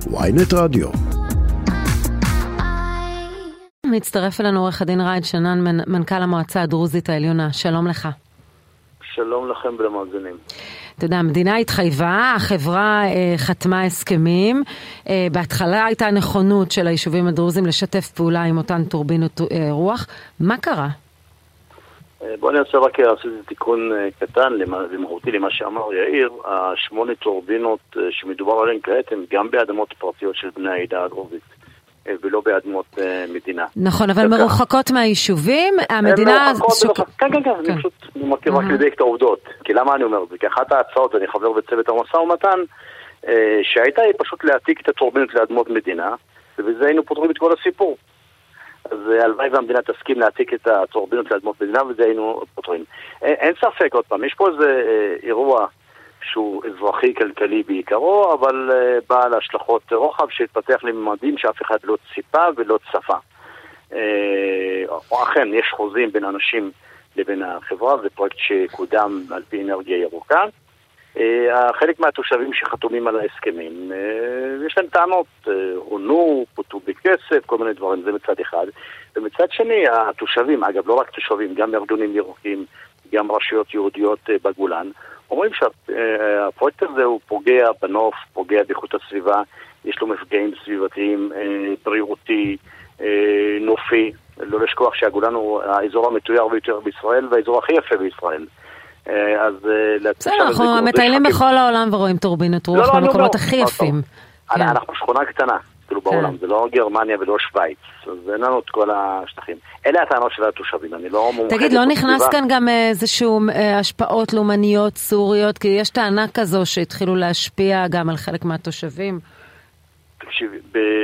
ynet רדיו. מצטרף אלינו עורך הדין ראיד שנן, מנכ"ל המועצה הדרוזית העליונה. שלום לך. שלום לכם ולמאזינים. אתה יודע, המדינה התחייבה, החברה חתמה הסכמים, בהתחלה הייתה נכונות של היישובים הדרוזים לשתף פעולה עם אותן טורבינות רוח. מה קרה? בוא ננסה רק לעשות תיקון קטן ומהותי למה שאמר יאיר. 8 טורבינות שמדובר עליהן כעת הן גם באדמות פרטיות של בני העדה הדרוזית ולא באדמות מדינה. נכון, אבל מרוחקות מהיישובים, המדינה... כן, אני פשוט מכיר רק לדייק את העובדות. כי למה אני אומר זה? כי אחת ההצעות, אני חבר בצוות המשא ומתן, שהייתה היא פשוט להעתיק את הטורבינות לאדמות מדינה, ובזה היינו פותרים את כל הסיפור. אז הלוואי והמדינה תסכים להעתיק את הטורבינות לאדמות מדינה, וזה היינו פותרים. אין ספק, עוד פעם, יש פה איזה אירוע שהוא אזרחי כלכלי בעיקרו, אבל בעל השלכות רוחב שהתפתח לממדים שאף אחד לא ציפה ולא צפה. אכן, יש חוזים בין אנשים לבין החברה, זה פרויקט שקודם על פי אנרגיה ירוקה. חלק מהתושבים שחתומים על ההסכמים, יש להם טענות, הונו, פוטו בכסף, כל מיני דברים, זה מצד אחד. ומצד שני, התושבים, אגב, לא רק תושבים, גם ארגונים ירוקים, גם רשויות יהודיות בגולן, אומרים שהפרויקט הזה הוא פוגע בנוף, פוגע באיכות הסביבה, יש לו מפגעים סביבתיים, בריאותי, נופי. לא לשכוח שהגולן הוא האזור המתויר ביותר בישראל והאזור הכי יפה בישראל. אז אנחנו מטיילים בכל העולם ורואים טורבינות רוח במקומות הכי יפים. אנחנו שכונה קטנה, כאילו בעולם, זה לא גרמניה ולא שוויץ, אז אין לנו את כל השטחים. אלה הטענות של התושבים, אני לא מומחה. תגיד, לא נכנס כאן גם איזשהו השפעות לאומניות סוריות, כי יש טענה כזו שהתחילו להשפיע גם על חלק מהתושבים? תקשיבי,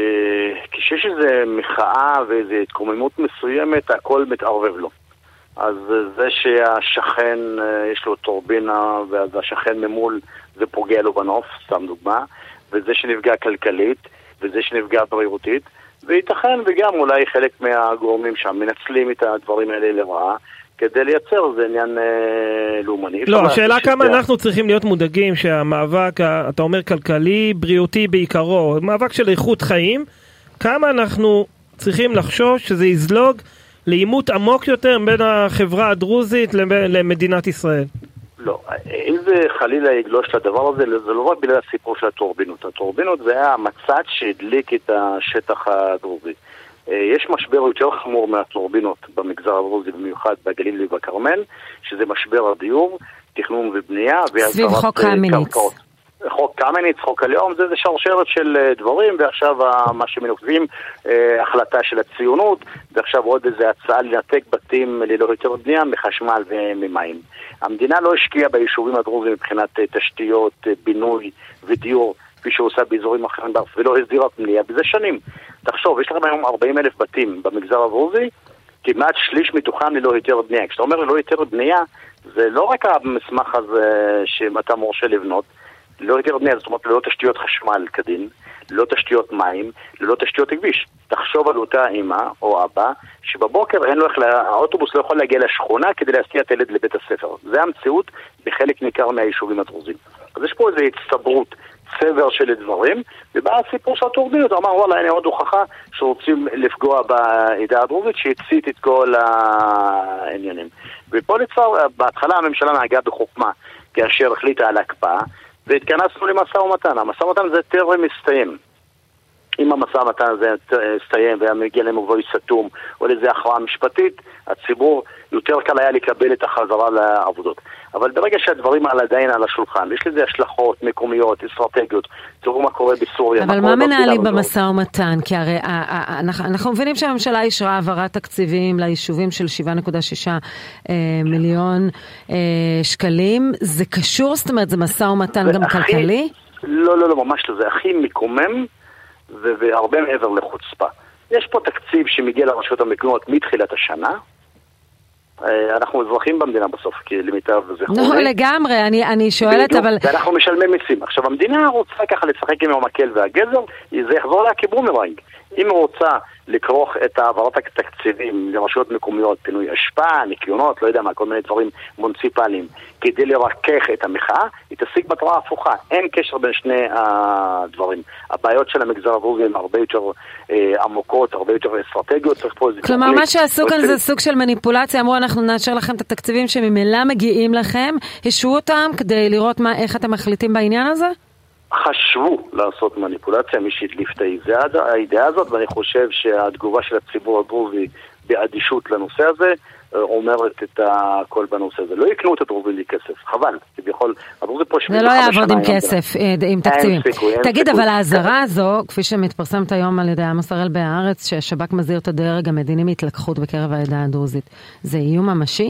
כשיש איזו מחאה ואיזו התקוממות מסוימת, הכל מתערבב לו. אז זה שהשכן יש לו טורבינה ואז השכן ממול זה פוגע לו בנוף, סתם דוגמה, וזה שנפגע כלכלית וזה שנפגע בריאותית, וייתכן וגם אולי חלק מהגורמים שם מנצלים את הדברים האלה לרעה כדי לייצר, זה עניין לאומני. לא, השאלה כמה אנחנו צריכים להיות מודאגים שהמאבק, אתה אומר כלכלי, בריאותי בעיקרו, מאבק של איכות חיים, כמה אנחנו צריכים לחשוש שזה יזלוג לעימות עמוק יותר בין החברה הדרוזית למדינת ישראל? לא, אם זה חלילה יגלוש לדבר הזה, זה לא רק בגלל הסיפור של הטורבינות. הטורבינות זה היה המצד שהדליק את השטח הדרוזי. יש משבר יותר חמור מהטורבינות במגזר הדרוזי, במיוחד בגליל ובכרמל, שזה משבר הדיור, תכנון ובנייה, סביב חוק קמיניץ. חוק קמיניץ, חוק הלאום, זה שרשרת של דברים, ועכשיו מה שמנוקבים, החלטה של הציונות, ועכשיו עוד איזו הצעה לנתק בתים ללא היתר בנייה מחשמל וממים. המדינה לא השקיעה ביישובים הדרוזיים מבחינת תשתיות, בינוי ודיור, כפי שעושה באזורים אחרים בארץ, ולא הסדירה בנייה בזה שנים. תחשוב, יש לכם היום 40,000 בתים במגזר הדרוזי, כמעט שליש מתוכם ללא היתר בנייה. כשאתה אומר ללא היתר בנייה, זה לא רק המסמך הזה שאתה מורשה לבנות, ללא היתר בנייה, זאת אומרת ללא תשתיות חשמל כדין, ללא תשתיות מים, ללא תשתיות כביש. תחשוב על אותה אמא או אבא, שבבוקר אין לו האוטובוס לא יכול להגיע לשכונה כדי להסיע את הילד לבית הספר. זה המציאות בחלק ניכר מהיישובים הדרוזיים. אז יש פה איזו הצטברות, צבר של דברים, ובא הסיפור של הטורבינות, הוא אמר, וואלה, הנה עוד הוכחה שרוצים לפגוע בעדה הדרוזית, שהצית את כל העניינים. ופה לצער, בהתחלה הממשלה נהגה בחוכמה, כאשר החליטה על הקפאה, והתכנסנו למשא ומתן. המשא ומתן זה טרם מסתיים. אם המשא ומתן הזה מסתיים והמגיע למבוי סתום או לאיזו הכרעה משפטית, הציבור יותר קל היה לקבל את החזרה לעבודות. אבל ברגע שהדברים עדיין על השולחן, יש לזה השלכות מקומיות, אסטרטגיות, תראו מה קורה בסוריה. אבל מה מנהלים במשא ומתן? כי הרי אנחנו מבינים שהממשלה אישרה העברת תקציבים ליישובים של 7.6 מיליון שקלים. זה קשור? זאת אומרת, זה משא ומתן גם כלכלי? לא, ממש לא. זה הכי מקומם והרבה מעבר לחוצפה. יש פה תקציב שמגיע לרשויות המקומיות מתחילת השנה, אנחנו אזרחים במדינה בסוף, כי למיטב זה חולה. לא, לגמרי, אני שואלת, אבל... ואנחנו משלמים מיסים. עכשיו, המדינה רוצה ככה לשחק עם המקל והגזר, זה יחזור לה כבומרנג. אם היא רוצה לכרוך את העברת התקציבים לרשויות מקומיות, פינוי אשפה, ניקיונות, לא יודע מה, כל מיני דברים מוניציפליים, כדי לרכך את המחאה, היא תשיג מטרה הפוכה. אין קשר בין שני הדברים. הבעיות של המגזר הדרוזי הן הרבה יותר עמוקות, הרבה יותר אסטרטגיות. כלומר, מה שעשו כאן זה סוג של מניפולציה, אמרו אנחנו נאשר לכם את התקציבים שממילא מגיעים לכם, השו אותם כדי לראות איך אתם מחליטים בעניין הזה? חשבו לעשות מניפולציה, מי שהדליף את האידאה הזאת, ואני חושב שהתגובה של הציבור הדרוזי באדישות לנושא הזה, אומרת את הכל בנושא הזה. לא יקנו את הדרוזים לכסף, חבל. הדרוזי פה זה לא יעבוד עם כסף, עם תקציבים. תגיד, אבל ההזרה הזו, כפי שמתפרסמת היום על ידי עמוס הראל בהארץ, שהשב"כ מזהיר את הדרג המדיני מהתלקחות בקרב העדה הדרוזית, זה איום ממשי?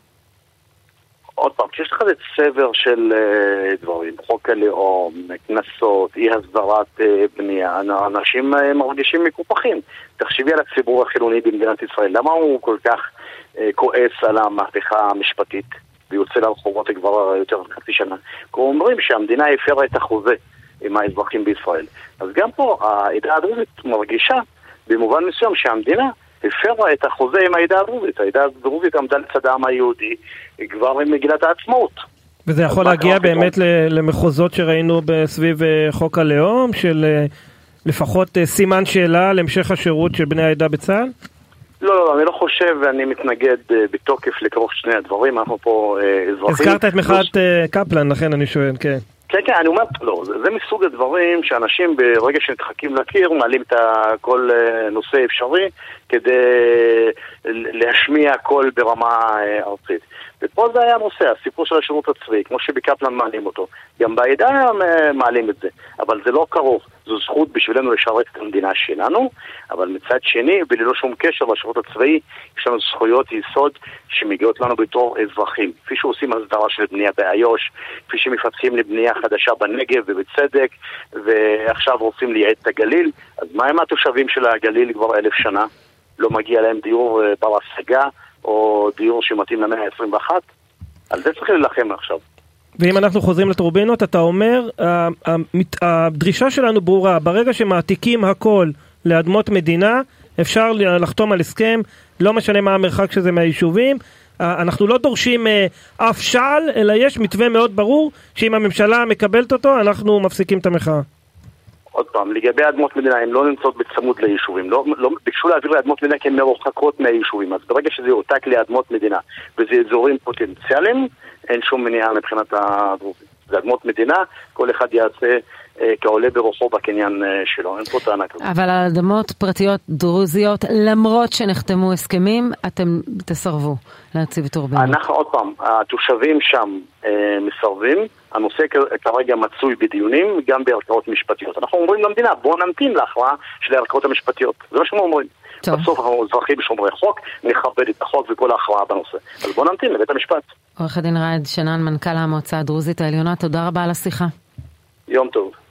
עוד פעם, כשיש לך את סבר של דברים, חוק הלאום, כנסות, אי הסדרת בנייה, אנשים מרגישים מקופחים. תחשבי על הציבור החילוני במדינת ישראל, למה הוא כל כך כועס על המהפכה המשפטית ויוצא לרחובות כבר יותר חצי שנה? כי אומרים שהמדינה הפרה את החוזה עם האזרחים בישראל. אז גם פה העדה הדרוזית מרגישה במובן מסוים שהמדינה הפרה את החוזה עם העדה הדרוזית. העדה הדרוזית עמדה לצד העם היהודי כבר עם מגילת העצמאות. וזה יכול להגיע באמת למחוזות שראינו בסביב חוק הלאום, של לפחות סימן שאלה להמשך השירות של בני העדה בצה"ל? לא, אני לא חושב ואני מתנגד בתוקף לכרוך שני הדברים. אנחנו פה אזרחים. הזכרת את מחאת קפלן, לכן אני שואל, כן. כן, אני אומר, לא, זה מסוג הדברים שאנשים ברגע שנדחקים לקיר מעלים את כל נושא אפשרי כדי להשמיע הכל ברמה ארצית. ופה זה היה הנושא, הסיפור של השירות הצבאי, כמו שבקפלן מעלים אותו. גם בעדה מעלים את זה, אבל זה לא קרוב. זו זכות בשבילנו לשרת את המדינה שלנו, אבל מצד שני, וללא שום קשר לשירות הצבאי, יש לנו זכויות יסוד שמגיעות לנו בתור אזרחים. כפי שעושים הסדרה של בנייה באיו"ש, כפי שמפתחים לבנייה חדשה בנגב ובצדק, ועכשיו רוצים לייעד את הגליל, אז מה עם התושבים של הגליל כבר 1000 שנה? לא מגיע להם דיור בר השגה, או דיור שמתאים למאה ה-21? על זה צריכים ללחם עכשיו. ואם אנחנו חוזרים לטורבינות, אתה אומר, הדרישה שלנו ברורה, ברגע שמעתיקים הכל לאדמות מדינה, אפשר לחתום על הסכם, לא משנה מה המרחק שזה מהיישובים, אנחנו לא דורשים אף שעל, אלא יש מתווה מאוד ברור, שאם הממשלה מקבלת אותו, אנחנו מפסיקים את המחאה. עוד פעם, לגבי אדמות מדינה, הן לא נמצאות בצמוד ליישובים, לא ביקשו להעביר לאדמות מדינה כי הן מרוחקות מהיישובים, אז ברגע שזה יועתק לאדמות מדינה, וזה אזורים פוטנציאליים, אין שום מניעה מבחינת הדרוזים. זה אדמות מדינה, כל אחד יעשה כעולה ברוחו בקניין שלו, אין פה טענה כזאת. אבל על אדמות פרטיות דרוזיות, למרות שנחתמו הסכמים, אתם תסרבו להציב טורבינות. אנחנו עוד פעם, התושבים שם מסרבים, הנושא כרגע מצוי בדיונים, גם בערכאות משפטיות. אנחנו אומרים למדינה, בואו נמתין להכרעה של הערכאות המשפטיות. זה מה שאנחנו אומרים. טוב. בסוף אנחנו אזרחים בשומרי חוק, נכבד את החוק וכל ההכרעה בנושא. אז בואו נמתין לבית המשפט. עורך הדין ראד שנן, מנכ"ל המועצה הדרוזית העליונה, תודה רבה על השיחה. יום טוב.